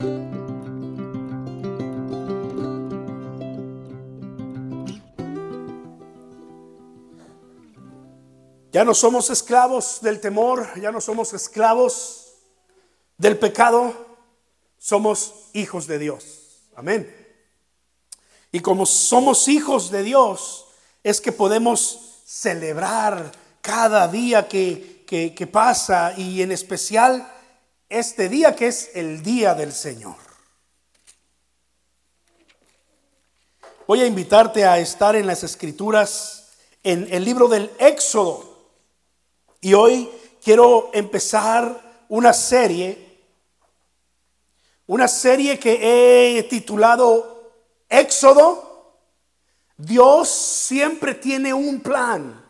Ya no somos esclavos del temor, ya no somos esclavos del pecado, somos hijos de Dios. Amén. Y como somos hijos de Dios, es que podemos celebrar cada día que pasa, y en especial este día que es el día del Señor. Voy a invitarte a estar en las Escrituras, en el libro del Éxodo. Y hoy quiero empezar una serie que he titulado Éxodo. Dios siempre tiene un plan.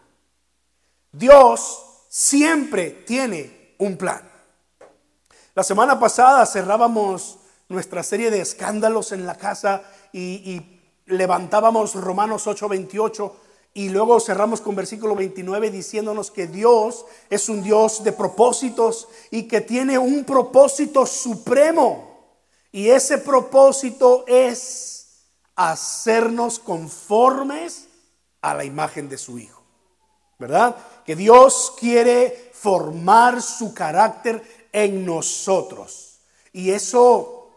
Dios siempre tiene un plan. La semana pasada cerrábamos nuestra serie de escándalos en la casa y levantábamos Romanos 8:28. Y luego cerramos con versículo 29 diciéndonos que Dios es un Dios de propósitos y que tiene un propósito supremo. Y ese propósito es hacernos conformes a la imagen de su Hijo. ¿Verdad? Que Dios quiere formar su carácter en nosotros. Y eso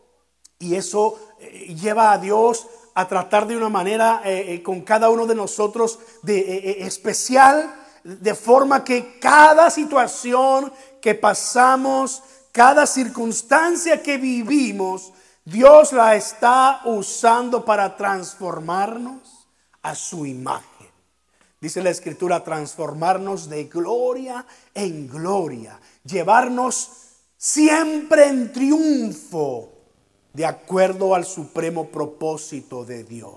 lleva a Dios a tratar de una manera con cada uno de nosotros especial, de forma que cada situación que pasamos, cada circunstancia que vivimos, Dios la está usando para transformarnos a su imagen. Dice la Escritura, transformarnos de gloria en gloria, llevarnos siempre en triunfo, de acuerdo al supremo propósito de Dios.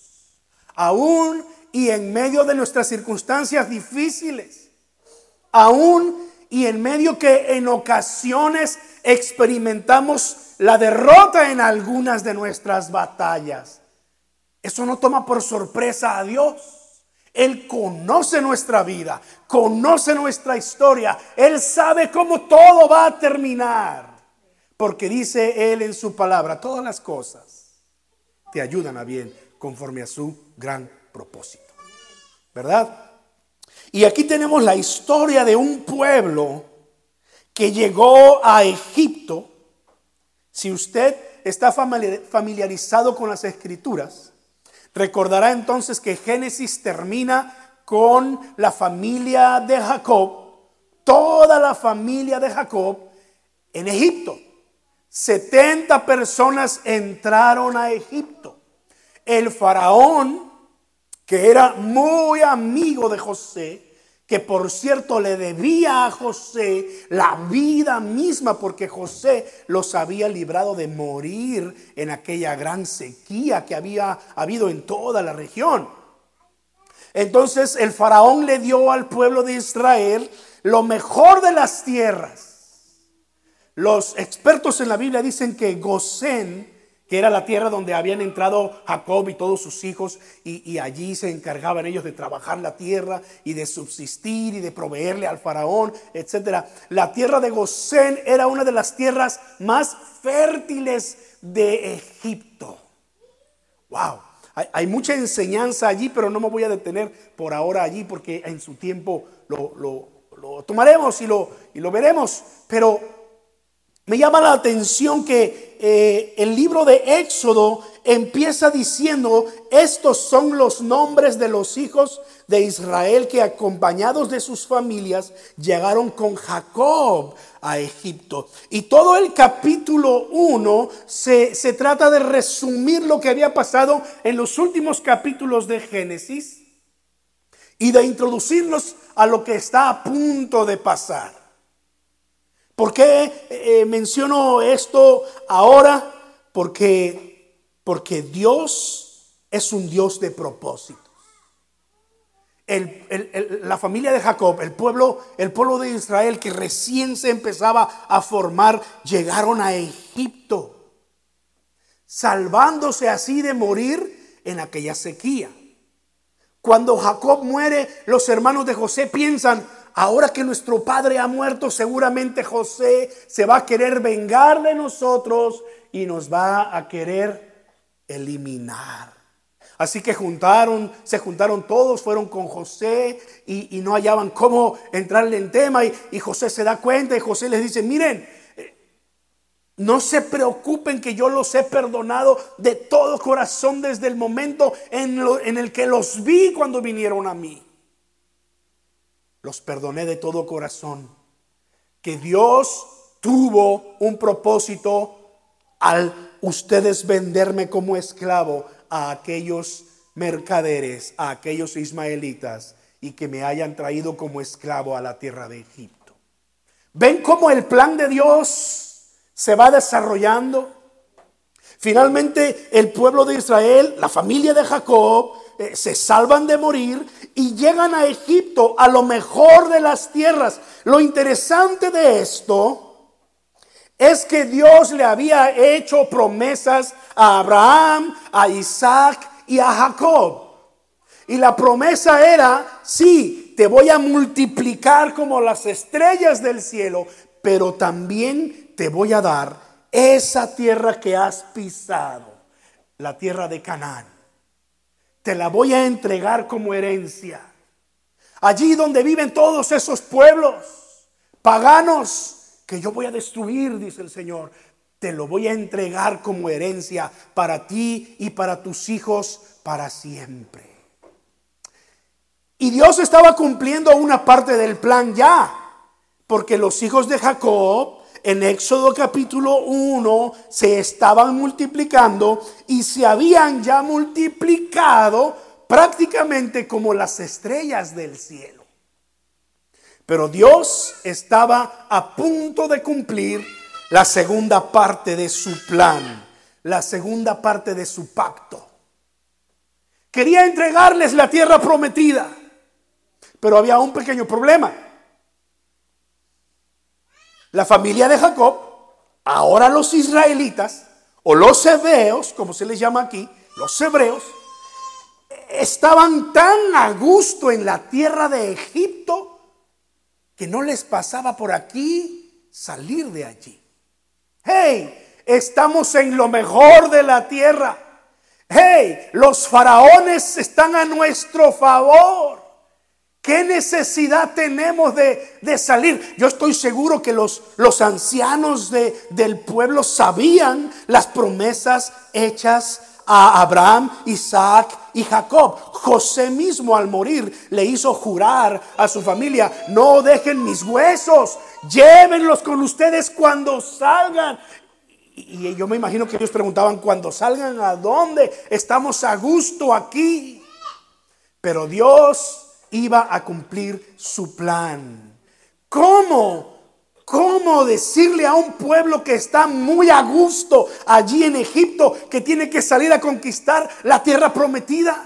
Aún y en medio de nuestras circunstancias difíciles, aún y en medio que en ocasiones experimentamos la derrota en algunas de nuestras batallas, eso no toma por sorpresa a Dios. Él conoce nuestra vida, conoce nuestra historia. Él sabe cómo todo va a terminar. Porque dice Él en su palabra, todas las cosas te ayudan a bien conforme a su gran propósito. ¿Verdad? Y aquí tenemos la historia de un pueblo que llegó a Egipto. Si usted está familiarizado con las Escrituras, recordará entonces que Génesis termina con la familia de Jacob, toda la familia de Jacob en Egipto. 70 personas entraron a Egipto. El faraón, que era muy amigo de José, que por cierto le debía a José la vida misma, porque José los había librado de morir en aquella gran sequía que había habido en toda la región. Entonces el faraón le dio al pueblo de Israel lo mejor de las tierras. Los expertos en la Biblia dicen que Gosén, que era la tierra donde habían entrado Jacob y todos sus hijos, y allí se encargaban ellos de trabajar la tierra y de subsistir y de proveerle al faraón, etc. La tierra de Gosén era una de las tierras más fértiles de Egipto. Wow, hay mucha enseñanza allí, pero no me voy a detener por ahora allí, porque en su tiempo lo tomaremos y lo veremos. Pero me llama la atención que el libro de Éxodo empieza diciendo: estos son los nombres de los hijos de Israel que, acompañados de sus familias, llegaron con Jacob a Egipto. Y todo el capítulo 1 se trata de resumir lo que había pasado en los últimos capítulos de Génesis y de introducirnos a lo que está a punto de pasar. ¿Por qué menciono esto ahora? Porque Dios es un Dios de propósitos. La familia de Jacob, el pueblo de Israel que recién se empezaba a formar, llegaron a Egipto, salvándose así de morir en aquella sequía. Cuando Jacob muere, los hermanos de José piensan: ahora que nuestro padre ha muerto, seguramente José se va a querer vengar de nosotros y nos va a querer eliminar. Así que se juntaron todos, fueron con José y no hallaban cómo entrarle en tema. Y José se da cuenta y José les dice: miren, no se preocupen, que yo los he perdonado de todo corazón desde el momento en el que los vi cuando vinieron a mí. Los perdoné de todo corazón. Que Dios tuvo un propósito al ustedes venderme como esclavo a aquellos mercaderes, a aquellos ismaelitas, y que me hayan traído como esclavo a la tierra de Egipto. ¿Ven cómo el plan de Dios se va desarrollando? Finalmente el pueblo de Israel, la familia de Jacob, se salvan de morir y llegan a Egipto, a lo mejor de las tierras. Lo interesante de esto es que Dios le había hecho promesas a Abraham, a Isaac y a Jacob. Y la promesa era: sí, te voy a multiplicar como las estrellas del cielo, pero también te voy a dar esa tierra que has pisado, la tierra de Canaán. Te la voy a entregar como herencia. Allí donde viven todos esos pueblos paganos que yo voy a destruir, dice el Señor, te lo voy a entregar como herencia para ti y para tus hijos para siempre. Y Dios estaba cumpliendo una parte del plan ya, porque los hijos de Jacob en Éxodo capítulo 1 se estaban multiplicando y se habían ya multiplicado prácticamente como las estrellas del cielo. Pero Dios estaba a punto de cumplir la segunda parte de su plan, la segunda parte de su pacto. Quería entregarles la tierra prometida, pero había un pequeño problema. La familia de Jacob, ahora los israelitas, o los hebreos, como se les llama aquí, los hebreos, estaban tan a gusto en la tierra de Egipto que no les pasaba por aquí salir de allí. Hey, estamos en lo mejor de la tierra. Hey, los faraones están a nuestro favor. ¿Qué necesidad tenemos de salir? Yo estoy seguro que los ancianos del pueblo sabían las promesas hechas a Abraham, Isaac y Jacob. José mismo al morir le hizo jurar a su familia: no dejen mis huesos, llévenlos con ustedes cuando salgan. Y yo me imagino que ellos preguntaban: ¿cuando salgan a dónde? Estamos a gusto aquí. Pero Dios iba a cumplir su plan. ¿Cómo decirle a un pueblo que está muy a gusto allí en Egipto que tiene que salir a conquistar la tierra prometida?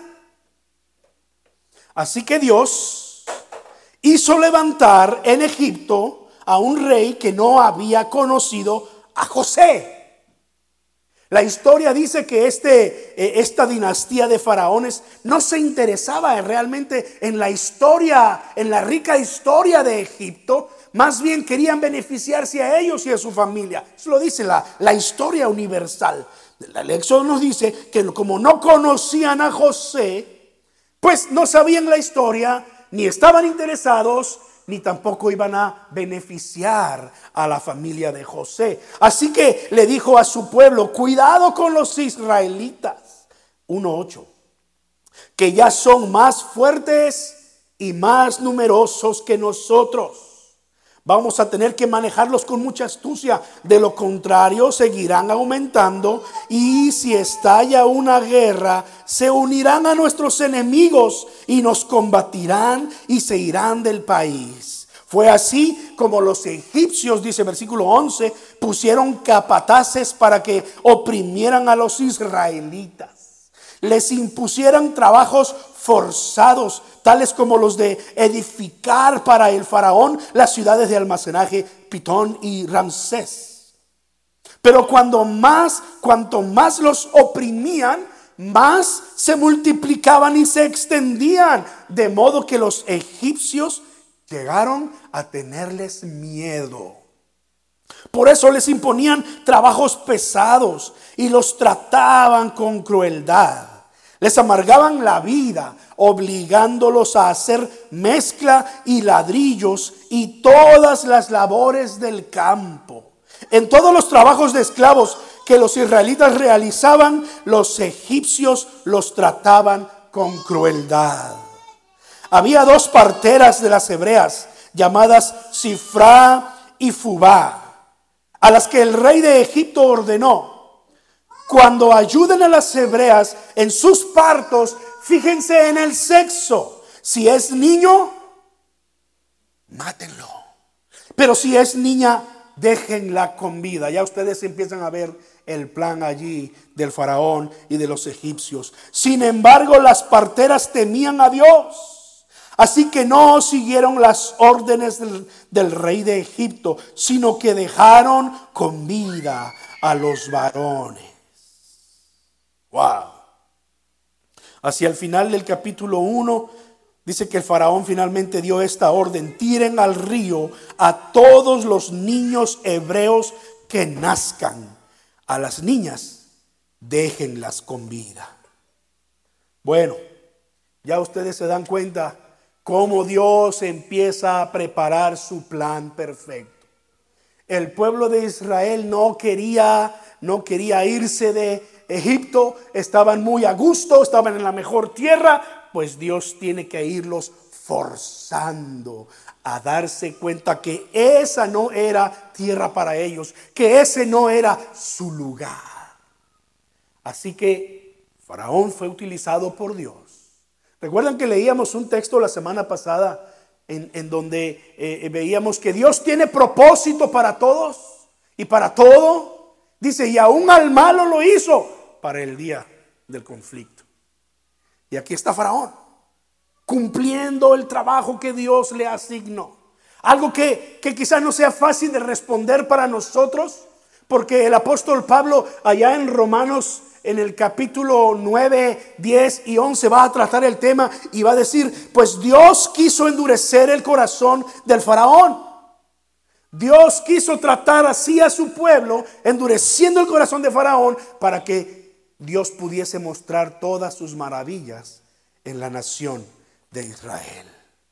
Así que Dios hizo levantar en Egipto a un rey que no había conocido a José. La historia dice que esta dinastía de faraones no se interesaba realmente en la historia, en la rica historia de Egipto. Más bien querían beneficiarse a ellos y a su familia. Eso lo dice la historia universal. El Éxodo nos dice que como no conocían a José, pues no sabían la historia, ni estaban interesados, ni tampoco iban a beneficiar a la familia de José. Así que le dijo a su pueblo: cuidado con los israelitas. 1:8, que ya son más fuertes y más numerosos que nosotros. Vamos a tener que manejarlos con mucha astucia. De lo contrario, seguirán aumentando. Y si estalla una guerra, se unirán a nuestros enemigos y nos combatirán y se irán del país. Fue así como los egipcios, dice versículo 11, pusieron capataces para que oprimieran a los israelitas. Les impusieran trabajos forzados, tales como los de edificar para el faraón las ciudades de almacenaje Pitón y Ramsés. Pero cuanto más los oprimían, más se multiplicaban y se extendían, de modo que los egipcios Llegaron a tenerles miedo. Por eso les imponían trabajos pesados y los trataban con crueldad. Les amargaban la vida, obligándolos a hacer mezcla y ladrillos y todas las labores del campo. En todos los trabajos de esclavos que los israelitas realizaban, los egipcios los trataban con crueldad. Había dos parteras de las hebreas llamadas Sifra y Fubá, a las que el rey de Egipto ordenó: cuando ayuden a las hebreas en sus partos, fíjense en el sexo. Si es niño, mátenlo. Pero si es niña, déjenla con vida. Ya ustedes empiezan a ver el plan allí del faraón y de los egipcios. Sin embargo, las parteras temían a Dios, así que no siguieron las órdenes del rey de Egipto, sino que dejaron con vida a los varones. Wow. Hacia el final del capítulo 1 dice que el faraón finalmente dio esta orden: tiren al río a todos los niños hebreos que nazcan. A las niñas, déjenlas con vida. Bueno, ya ustedes se dan cuenta cómo Dios empieza a preparar su plan perfecto. El pueblo de Israel no quería irse de Egipto, estaban muy a gusto, estaban en la mejor tierra. Pues Dios tiene que irlos forzando a darse cuenta que esa no era tierra para ellos, que ese no era su lugar. Así que Faraón fue utilizado por Dios. ¿Recuerdan que leíamos un texto la semana pasada en donde veíamos que Dios tiene propósito para todos y para todo? Dice, y aún al malo lo hizo para el día del conflicto. Y aquí está Faraón, cumpliendo el trabajo que Dios le asignó. Algo que quizás no sea fácil de responder para nosotros, porque el apóstol Pablo allá en Romanos, en el capítulo 9, 10 y 11 va a tratar el tema y va a decir: pues Dios quiso endurecer el corazón del faraón. Dios quiso tratar así a su pueblo, endureciendo el corazón de Faraón, para que Dios pudiese mostrar todas sus maravillas en la nación de Israel.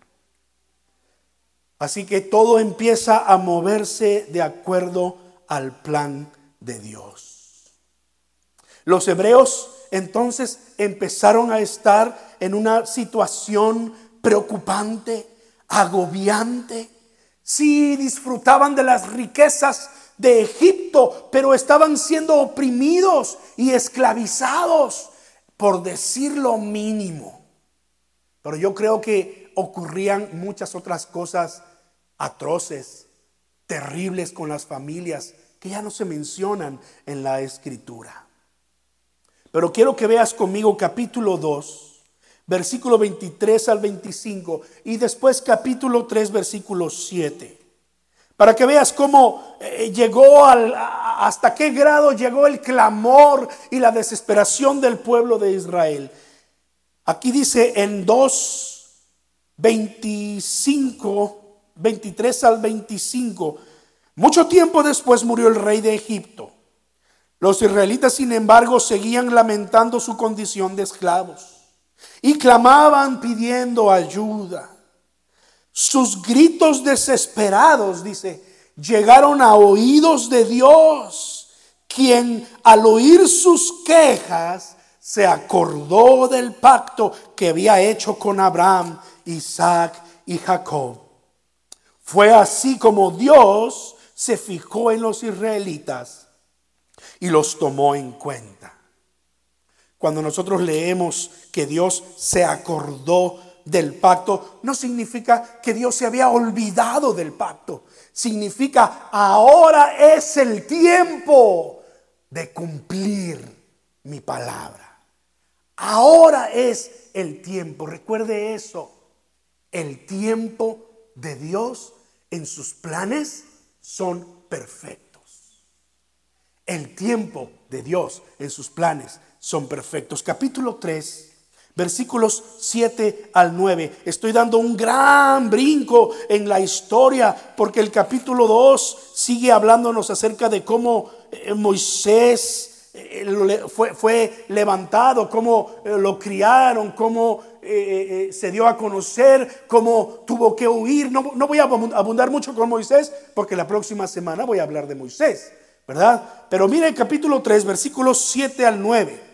Así que todo empieza a moverse de acuerdo al plan de Dios. Los hebreos entonces empezaron a estar en una situación preocupante, agobiante. Sí, disfrutaban de las riquezas de Egipto, pero estaban siendo oprimidos y esclavizados, por decir lo mínimo. Pero yo creo que ocurrían muchas otras cosas atroces, terribles con las familias, que ya no se mencionan en la Escritura. Pero quiero que veas conmigo capítulo 2, versículo 23 al 25, y después capítulo 3, versículo 7. Para que veas cómo llegó hasta qué grado llegó el clamor y la desesperación del pueblo de Israel. Aquí dice en 2, 25, 23 al 25. Mucho tiempo después murió el rey de Egipto. Los israelitas, sin embargo, seguían lamentando su condición de esclavos y clamaban pidiendo ayuda. Sus gritos desesperados, dice, llegaron a oídos de Dios, quien al oír sus quejas se acordó del pacto que había hecho con Abraham, Isaac y Jacob. Fue así como Dios se fijó en los israelitas y los tomó en cuenta. Cuando nosotros leemos que Dios se acordó del pacto, no significa que Dios se había olvidado del pacto. Significa ahora es el tiempo de cumplir mi palabra. Ahora es el tiempo. Recuerde eso. El tiempo de Dios en sus planes son perfectos. El tiempo de Dios en sus planes son perfectos. Capítulo 3, Versículos 7 al 9. Estoy dando un gran brinco en la historia porque el capítulo 2 sigue hablándonos acerca de cómo Moisés fue levantado, cómo lo criaron, cómo se dio a conocer, cómo tuvo que huir. No voy a abundar mucho con Moisés porque la próxima semana voy a hablar de Moisés, ¿verdad? Pero mira el capítulo 3, versículos 7 al 9.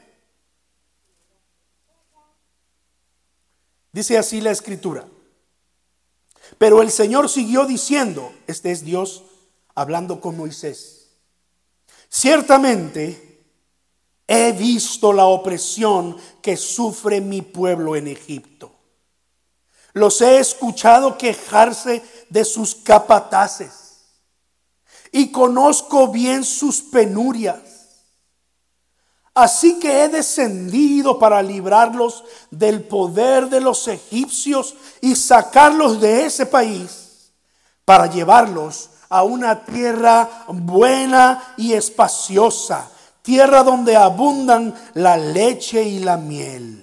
Dice así la escritura: pero el Señor siguió diciendo, este es Dios hablando con Moisés, ciertamente he visto la opresión que sufre mi pueblo en Egipto. Los he escuchado quejarse de sus capataces y conozco bien sus penurias. Así que he descendido para librarlos del poder de los egipcios y sacarlos de ese país, para llevarlos a una tierra buena y espaciosa, tierra donde abundan la leche y la miel.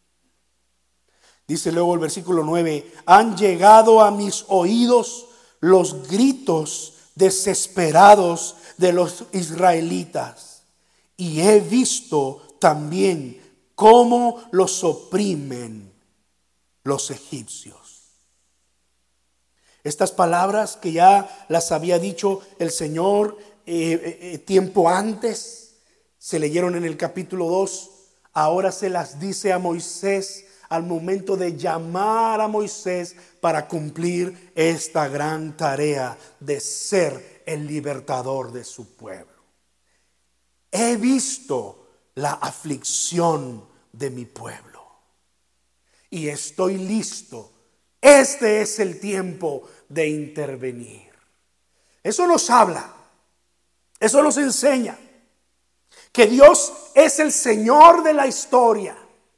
Dice luego el versículo 9: han llegado a mis oídos los gritos desesperados de los israelitas, y he visto también cómo los oprimen los egipcios. Estas palabras que ya las había dicho el Señor tiempo antes, se leyeron en el capítulo 2, ahora se las dice a Moisés al momento de llamar a Moisés para cumplir esta gran tarea de ser el libertador de su pueblo. He visto la aflicción de mi pueblo y estoy listo. Este es el tiempo de intervenir. Eso nos habla, eso nos enseña que Dios es el Señor de la historia.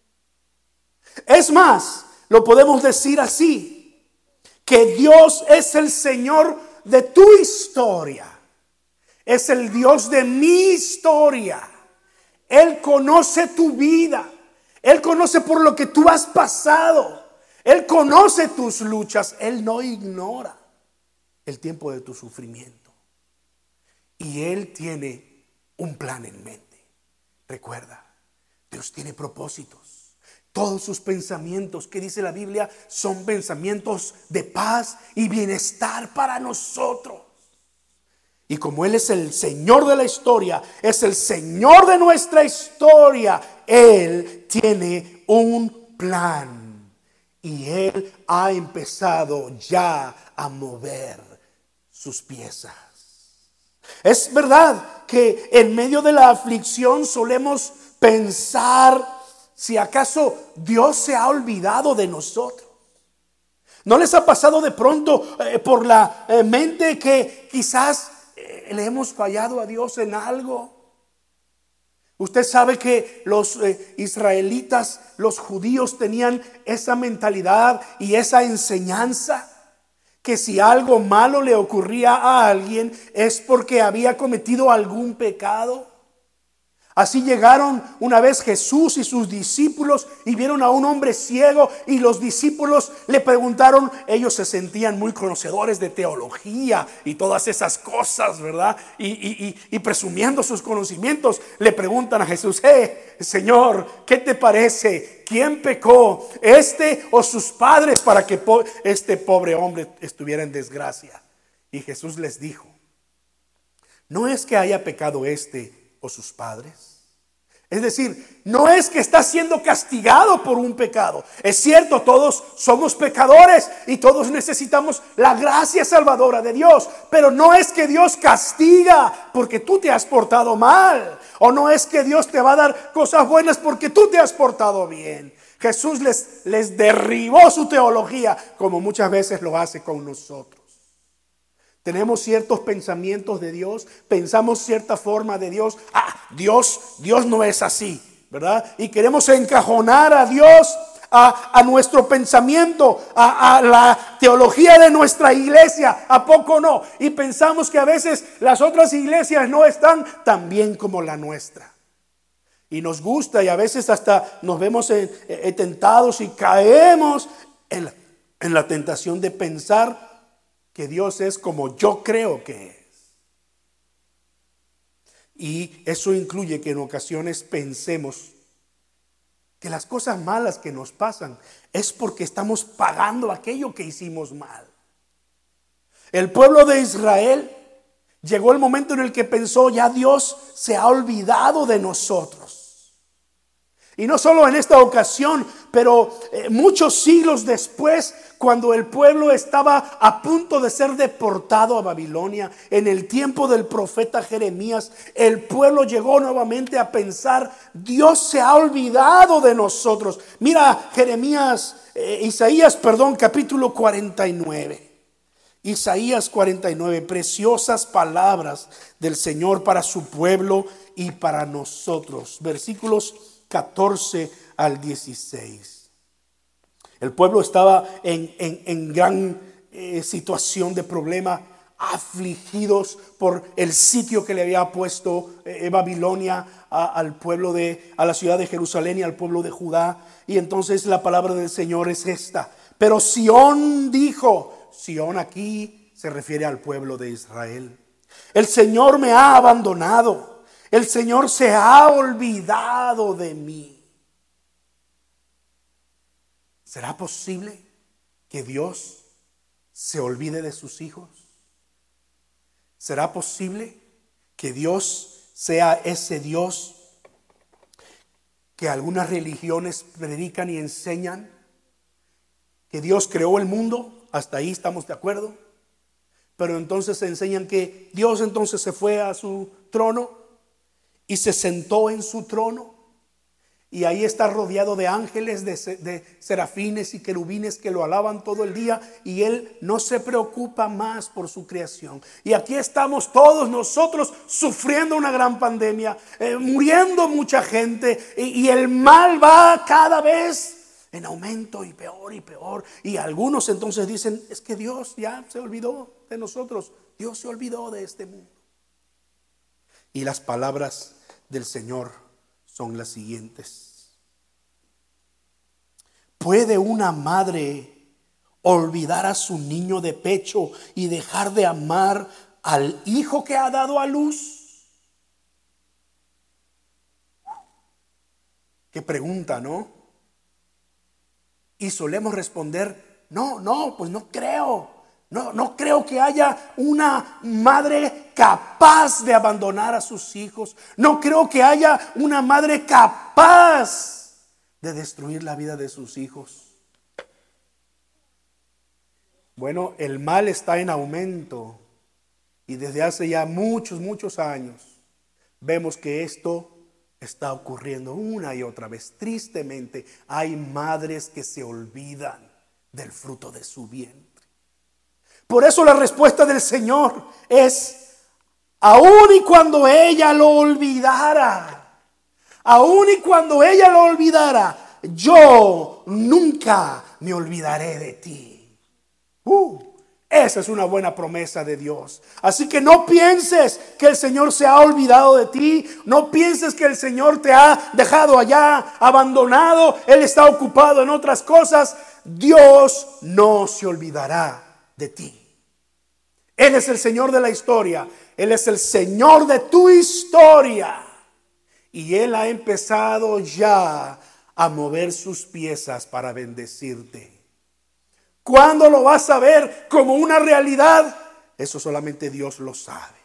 Es más, lo podemos decir así, que Dios es el Señor de tu historia. Es el Dios de mi historia. Él conoce tu vida. Él conoce por lo que tú has pasado. Él conoce tus luchas. Él no ignora el tiempo de tu sufrimiento. Y Él tiene un plan en mente. Recuerda, Dios tiene propósitos. Todos sus pensamientos, que dice la Biblia, son pensamientos de paz y bienestar para nosotros. Y como Él es el Señor de la historia, es el Señor de nuestra historia, Él tiene un plan. Y Él ha empezado ya a mover sus piezas. Es verdad que en medio de la aflicción solemos pensar si acaso Dios se ha olvidado de nosotros. ¿No les ha pasado de pronto por la mente que quizás le hemos fallado a Dios en algo? Usted sabe que los israelitas, los judíos, tenían esa mentalidad y esa enseñanza, que si algo malo le ocurría a alguien es porque había cometido algún pecado. Así llegaron una vez Jesús y sus discípulos y vieron a un hombre ciego, y los discípulos le preguntaron, ellos se sentían muy conocedores de teología y todas esas cosas, ¿verdad? Y presumiendo sus conocimientos, le preguntan a Jesús: Señor, ¿qué te parece? ¿Quién pecó, este o sus padres, para que este pobre hombre estuviera en desgracia? Y Jesús les dijo: no es que haya pecado este o sus padres. Es decir, no es que está siendo castigado por un pecado. Es cierto, todos somos pecadores y todos necesitamos la gracia salvadora de Dios. Pero no es que Dios castiga porque tú te has portado mal, o no es que Dios te va a dar cosas buenas porque tú te has portado bien. Jesús les derribó su teología, como muchas veces lo hace con nosotros. Tenemos ciertos pensamientos de Dios, pensamos cierta forma de Dios. Dios no es así, ¿verdad? Y queremos encajonar a Dios a nuestro pensamiento, a la teología de nuestra iglesia. ¿A poco no? Y pensamos que a veces las otras iglesias no están tan bien como la nuestra. Y nos gusta y a veces hasta nos vemos tentados y caemos en la tentación de pensar que Dios es como yo creo que es. Y eso incluye que en ocasiones pensemos que las cosas malas que nos pasan es porque estamos pagando aquello que hicimos mal. El pueblo de Israel llegó el momento en el que pensó, ya Dios se ha olvidado de nosotros. Y no solo en esta ocasión, pero muchos siglos después, cuando el pueblo estaba a punto de ser deportado a Babilonia, en el tiempo del profeta Jeremías, el pueblo llegó nuevamente a pensar, Dios se ha olvidado de nosotros. Mira Isaías, capítulo 49. Isaías 49, preciosas palabras del Señor para su pueblo y para nosotros. Versículos 14 al 16. El pueblo estaba en gran situación de problema, afligidos por el sitio que le había puesto Babilonia al pueblo a la ciudad de Jerusalén y al pueblo de Judá. Y entonces la palabra del Señor es esta. Pero Sión dijo, Sión aquí se refiere al pueblo de Israel, el Señor me ha abandonado. El Señor se ha olvidado de mí. ¿Será posible que Dios se olvide de sus hijos? ¿Será posible que Dios sea ese Dios que algunas religiones predican y enseñan? Que Dios creó el mundo, hasta ahí estamos de acuerdo. Pero entonces enseñan que Dios entonces se fue a su trono y se sentó en su trono, y ahí está rodeado de ángeles, de serafines y querubines que lo alaban todo el día, y Él no se preocupa más por su creación. Y aquí estamos todos nosotros sufriendo una gran pandemia, muriendo mucha gente, y el mal va cada vez en aumento y peor. Y algunos entonces dicen, es que Dios ya se olvidó de nosotros, Dios se olvidó de este mundo. Y las palabras del Señor son las siguientes. ¿Puede una madre olvidar a su niño de pecho y dejar de amar al hijo que ha dado a luz? Qué pregunta, ¿no? Y solemos responder, no, pues no creo. No creo que haya una madre capaz de abandonar a sus hijos. No creo que haya una madre capaz de destruir la vida de sus hijos. Bueno, el mal está en aumento y desde hace ya muchos años vemos que esto está ocurriendo una y otra vez. Tristemente, hay madres que se olvidan del fruto de su vientre. Por eso la respuesta del Señor es, aun y cuando ella lo olvidara, yo nunca me olvidaré de ti. Esa es una buena promesa de Dios. Así que no pienses que el Señor se ha olvidado de ti. No pienses que el Señor te ha dejado allá abandonado. Él está ocupado en otras cosas. Dios no se olvidará de ti. Él es el Señor de la historia. Él es el Señor de tu historia. Y Él ha empezado ya a mover sus piezas para bendecirte. ¿Cuándo lo vas a ver como una realidad? Eso solamente Dios lo sabe.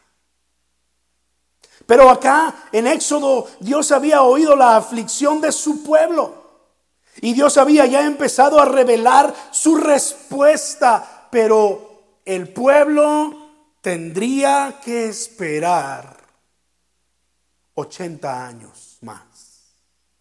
Pero acá en Éxodo, Dios había oído la aflicción de su pueblo. Y Dios había ya empezado a revelar su respuesta. Pero el pueblo tendría que esperar 80 años más.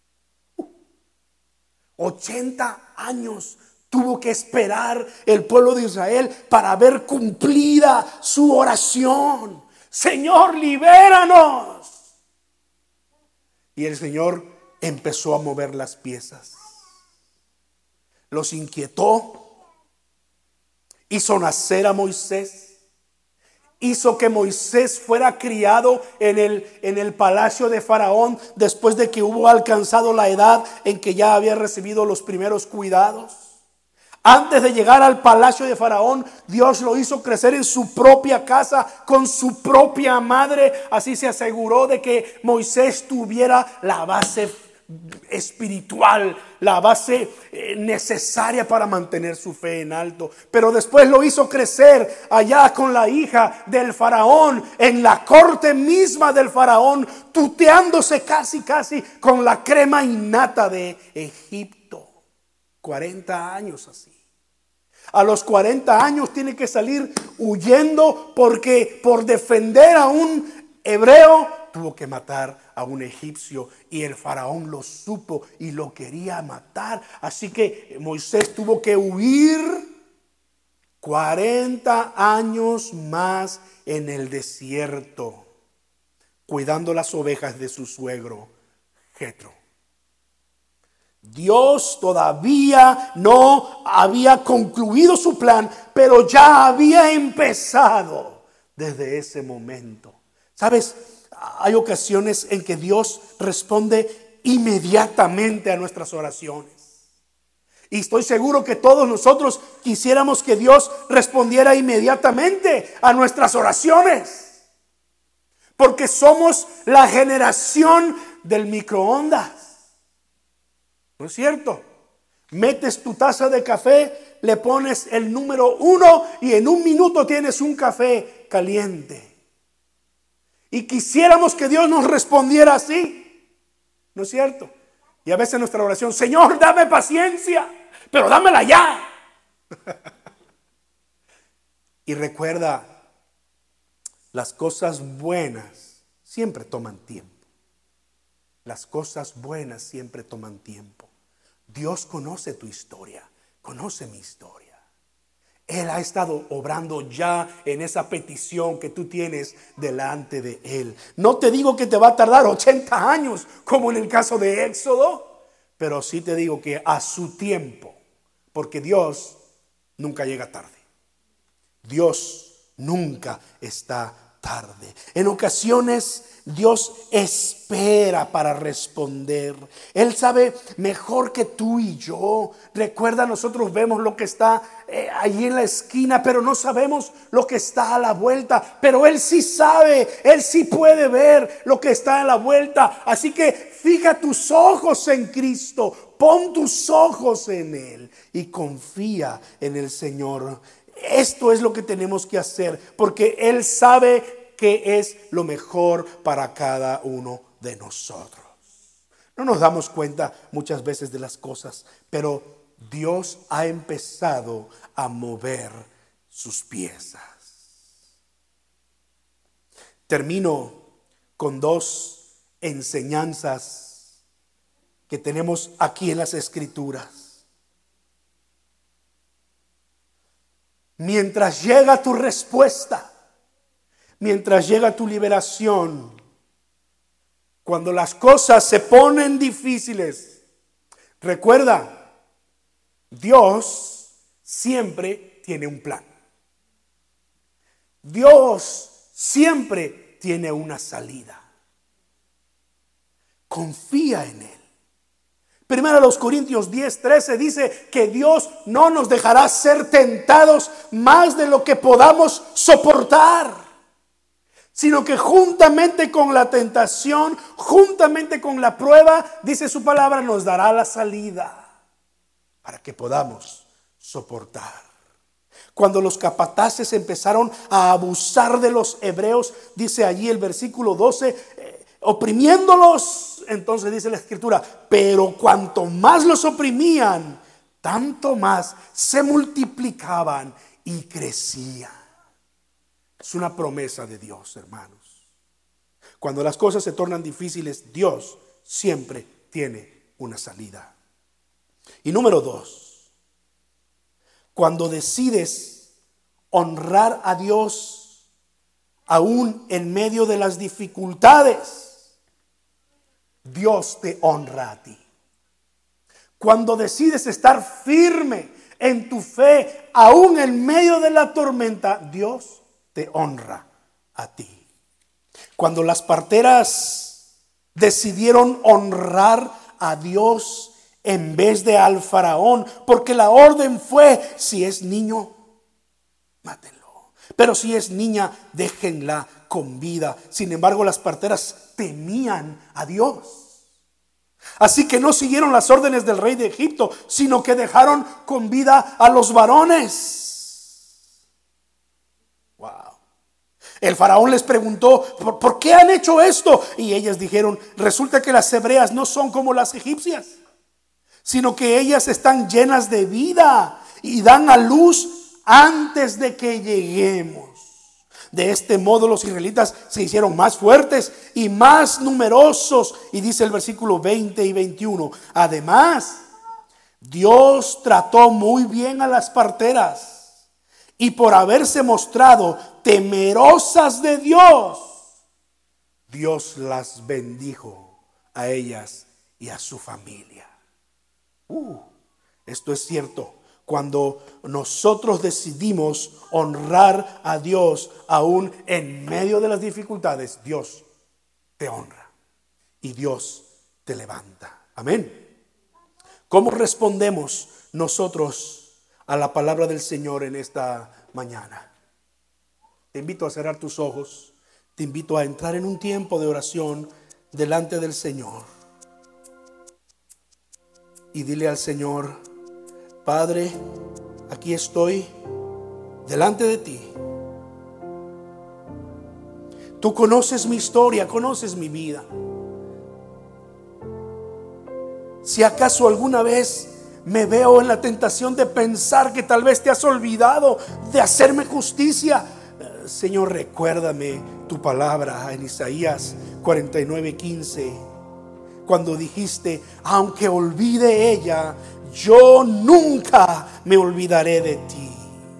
80 años tuvo que esperar el pueblo de Israel para ver cumplida su oración. Señor, libéranos. Y el Señor empezó a mover las piezas. Los inquietó. Hizo nacer a Moisés. hizo que Moisés fuera criado en el palacio de Faraón después de que hubo alcanzado la edad en que ya había recibido los primeros cuidados. Antes de llegar al palacio de Faraón, Dios lo hizo crecer en su propia casa con su propia madre. Así se aseguró de que Moisés tuviera la base espiritual, la base necesaria para mantener su fe en alto. Pero después lo hizo crecer allá con la hija del faraón, en la corte misma del faraón, tuteándose casi con la crema innata de Egipto. 40 años así. A los 40 años tiene que salir huyendo porque por defender a un hebreo tuvo que matar a un egipcio, y el faraón lo supo y lo quería matar. Así que Moisés tuvo que huir 40 años más en el desierto, cuidando las ovejas de su suegro Jetro. Dios todavía no había concluido su plan, pero ya había empezado desde ese momento. ¿Sabes? Hay ocasiones en que Dios responde inmediatamente a nuestras oraciones. Y estoy seguro que todos nosotros quisiéramos que Dios respondiera inmediatamente a nuestras oraciones. Porque somos la generación del microondas. ¿No es cierto? Metes tu taza de café, le pones el número 1 y en un minuto tienes un café caliente. Y quisiéramos que Dios nos respondiera así. ¿No es cierto? Y a veces nuestra oración: Señor, dame paciencia, pero dámela ya. Y recuerda, las cosas buenas siempre toman tiempo. Las cosas buenas siempre toman tiempo. Dios conoce tu historia, conoce mi historia. Él ha estado obrando ya en esa petición que tú tienes delante de Él. No te digo que te va a tardar 80 años como en el caso de Éxodo, pero sí te digo que a su tiempo, porque Dios nunca llega tarde. Dios nunca está tarde. En ocasiones Dios espera para responder. Él sabe mejor que tú y yo. Recuerda, nosotros vemos lo que está allí en la esquina, pero no sabemos lo que está a la vuelta. Pero Él sí sabe, Él sí puede ver lo que está a la vuelta. Así que fija tus ojos en Cristo, pon tus ojos en Él y confía en el Señor. Esto es lo que tenemos que hacer, porque Él sabe que es lo mejor para cada uno de nosotros. No nos damos cuenta muchas veces de las cosas, pero Dios ha empezado a mover sus piezas. Termino con 2 enseñanzas que tenemos aquí en las Escrituras. Mientras llega tu respuesta, mientras llega tu liberación, cuando las cosas se ponen difíciles, recuerda, Dios siempre tiene un plan. Dios siempre tiene una salida. Confía en Él. Primero los Corintios 10:13 dice que Dios no nos dejará ser tentados más de lo que podamos soportar, sino que juntamente con la tentación, juntamente con la prueba, dice su palabra, nos dará la salida para que podamos soportar. Cuando los capataces empezaron a abusar de los hebreos, dice allí el versículo 12, oprimiéndolos, entonces dice la Escritura, pero cuanto más los oprimían, tanto más se multiplicaban y crecían. Es una promesa de Dios, hermanos. Cuando las cosas se tornan difíciles, Dios siempre tiene una salida. Y número 2, cuando decides honrar a Dios aún en medio de las dificultades, Dios te honra a ti. Cuando decides estar firme en tu fe aún en medio de la tormenta, Dios te honra a ti. Cuando las parteras decidieron honrar a Dios en vez de al faraón, porque la orden fue: si es niño, mátenlo, pero si es niña, déjenla con vida. Sin embargo, las parteras temían a Dios. Así que no siguieron las órdenes del rey de Egipto, sino que dejaron con vida a los varones. Wow. El faraón les preguntó: ¿por qué han hecho esto? Y ellas dijeron: resulta que las hebreas no son como las egipcias, sino que ellas están llenas de vida y dan a luz antes de que lleguemos. De este modo los israelitas se hicieron más fuertes y más numerosos. Y dice el versículo 20 y 21: además, Dios trató muy bien a las parteras, y por haberse mostrado temerosas de Dios, Dios las bendijo a ellas y a su familia. Esto es cierto. Cuando nosotros decidimos honrar a Dios, aún en medio de las dificultades, Dios te honra y Dios te levanta. Amén. ¿Cómo respondemos nosotros a la palabra del Señor en esta mañana? Te invito a cerrar tus ojos. Te invito a entrar en un tiempo de oración delante del Señor. Y dile al Señor: Padre, aquí estoy delante de ti. Tú conoces mi historia, conoces mi vida. Si acaso alguna vez me veo en la tentación de pensar que tal vez te has olvidado de hacerme justicia, Señor, recuérdame tu palabra en Isaías 49:15, cuando dijiste: aunque olvide ella, yo nunca me olvidaré de ti.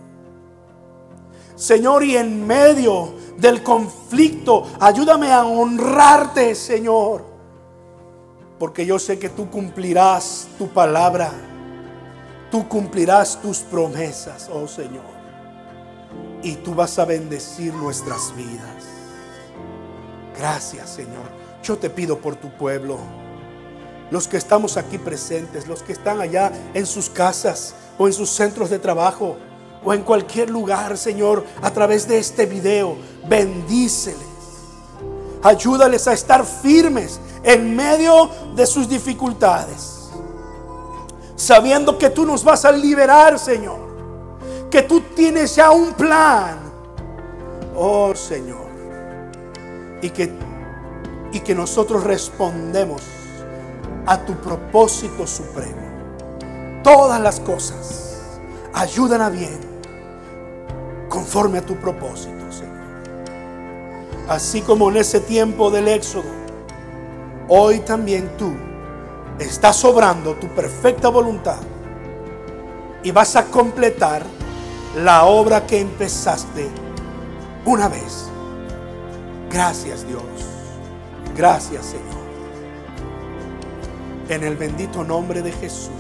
Señor, y en medio del conflicto, ayúdame a honrarte, Señor, porque yo sé que tú cumplirás tu palabra, tú cumplirás tus promesas, oh Señor, y tú vas a bendecir nuestras vidas. Gracias, Señor. Yo te pido por tu pueblo, los que estamos aquí presentes, los que están allá en sus casas o en sus centros de trabajo o en cualquier lugar, Señor, a través de este video, bendíceles, ayúdales a estar firmes en medio de sus dificultades, sabiendo que tú nos vas a liberar, Señor, que tú tienes ya un plan, oh Señor, y que nosotros respondemos a tu propósito supremo. Todas las cosas ayudan a bien conforme a tu propósito, Señor. Así como en ese tiempo del Éxodo, hoy también tú estás obrando tu perfecta voluntad y vas a completar la obra que empezaste una vez. Gracias, Dios. Gracias, Señor. En el bendito nombre de Jesús.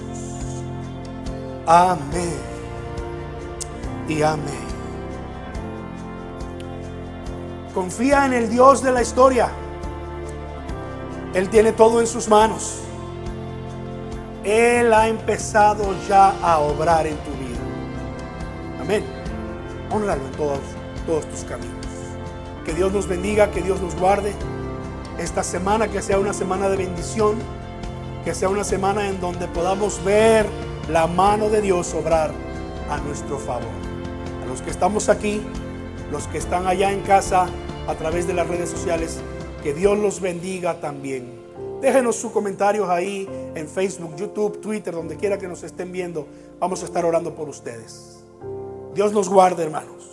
Amén y amén. Confía en el Dios de la historia. Él tiene todo en sus manos. Él ha empezado ya a obrar en tu vida. Amén. Hónralo en todos tus caminos. Que Dios nos bendiga, que Dios nos guarde. Esta semana que sea una semana de bendición, que sea una semana en donde podamos ver la mano de Dios obrar a nuestro favor. A los que estamos aquí, los que están allá en casa a través de las redes sociales, que Dios los bendiga también. Déjenos sus comentarios ahí en Facebook, YouTube, Twitter, donde quiera que nos estén viendo. Vamos a estar orando por ustedes. Dios nos guarde, hermanos.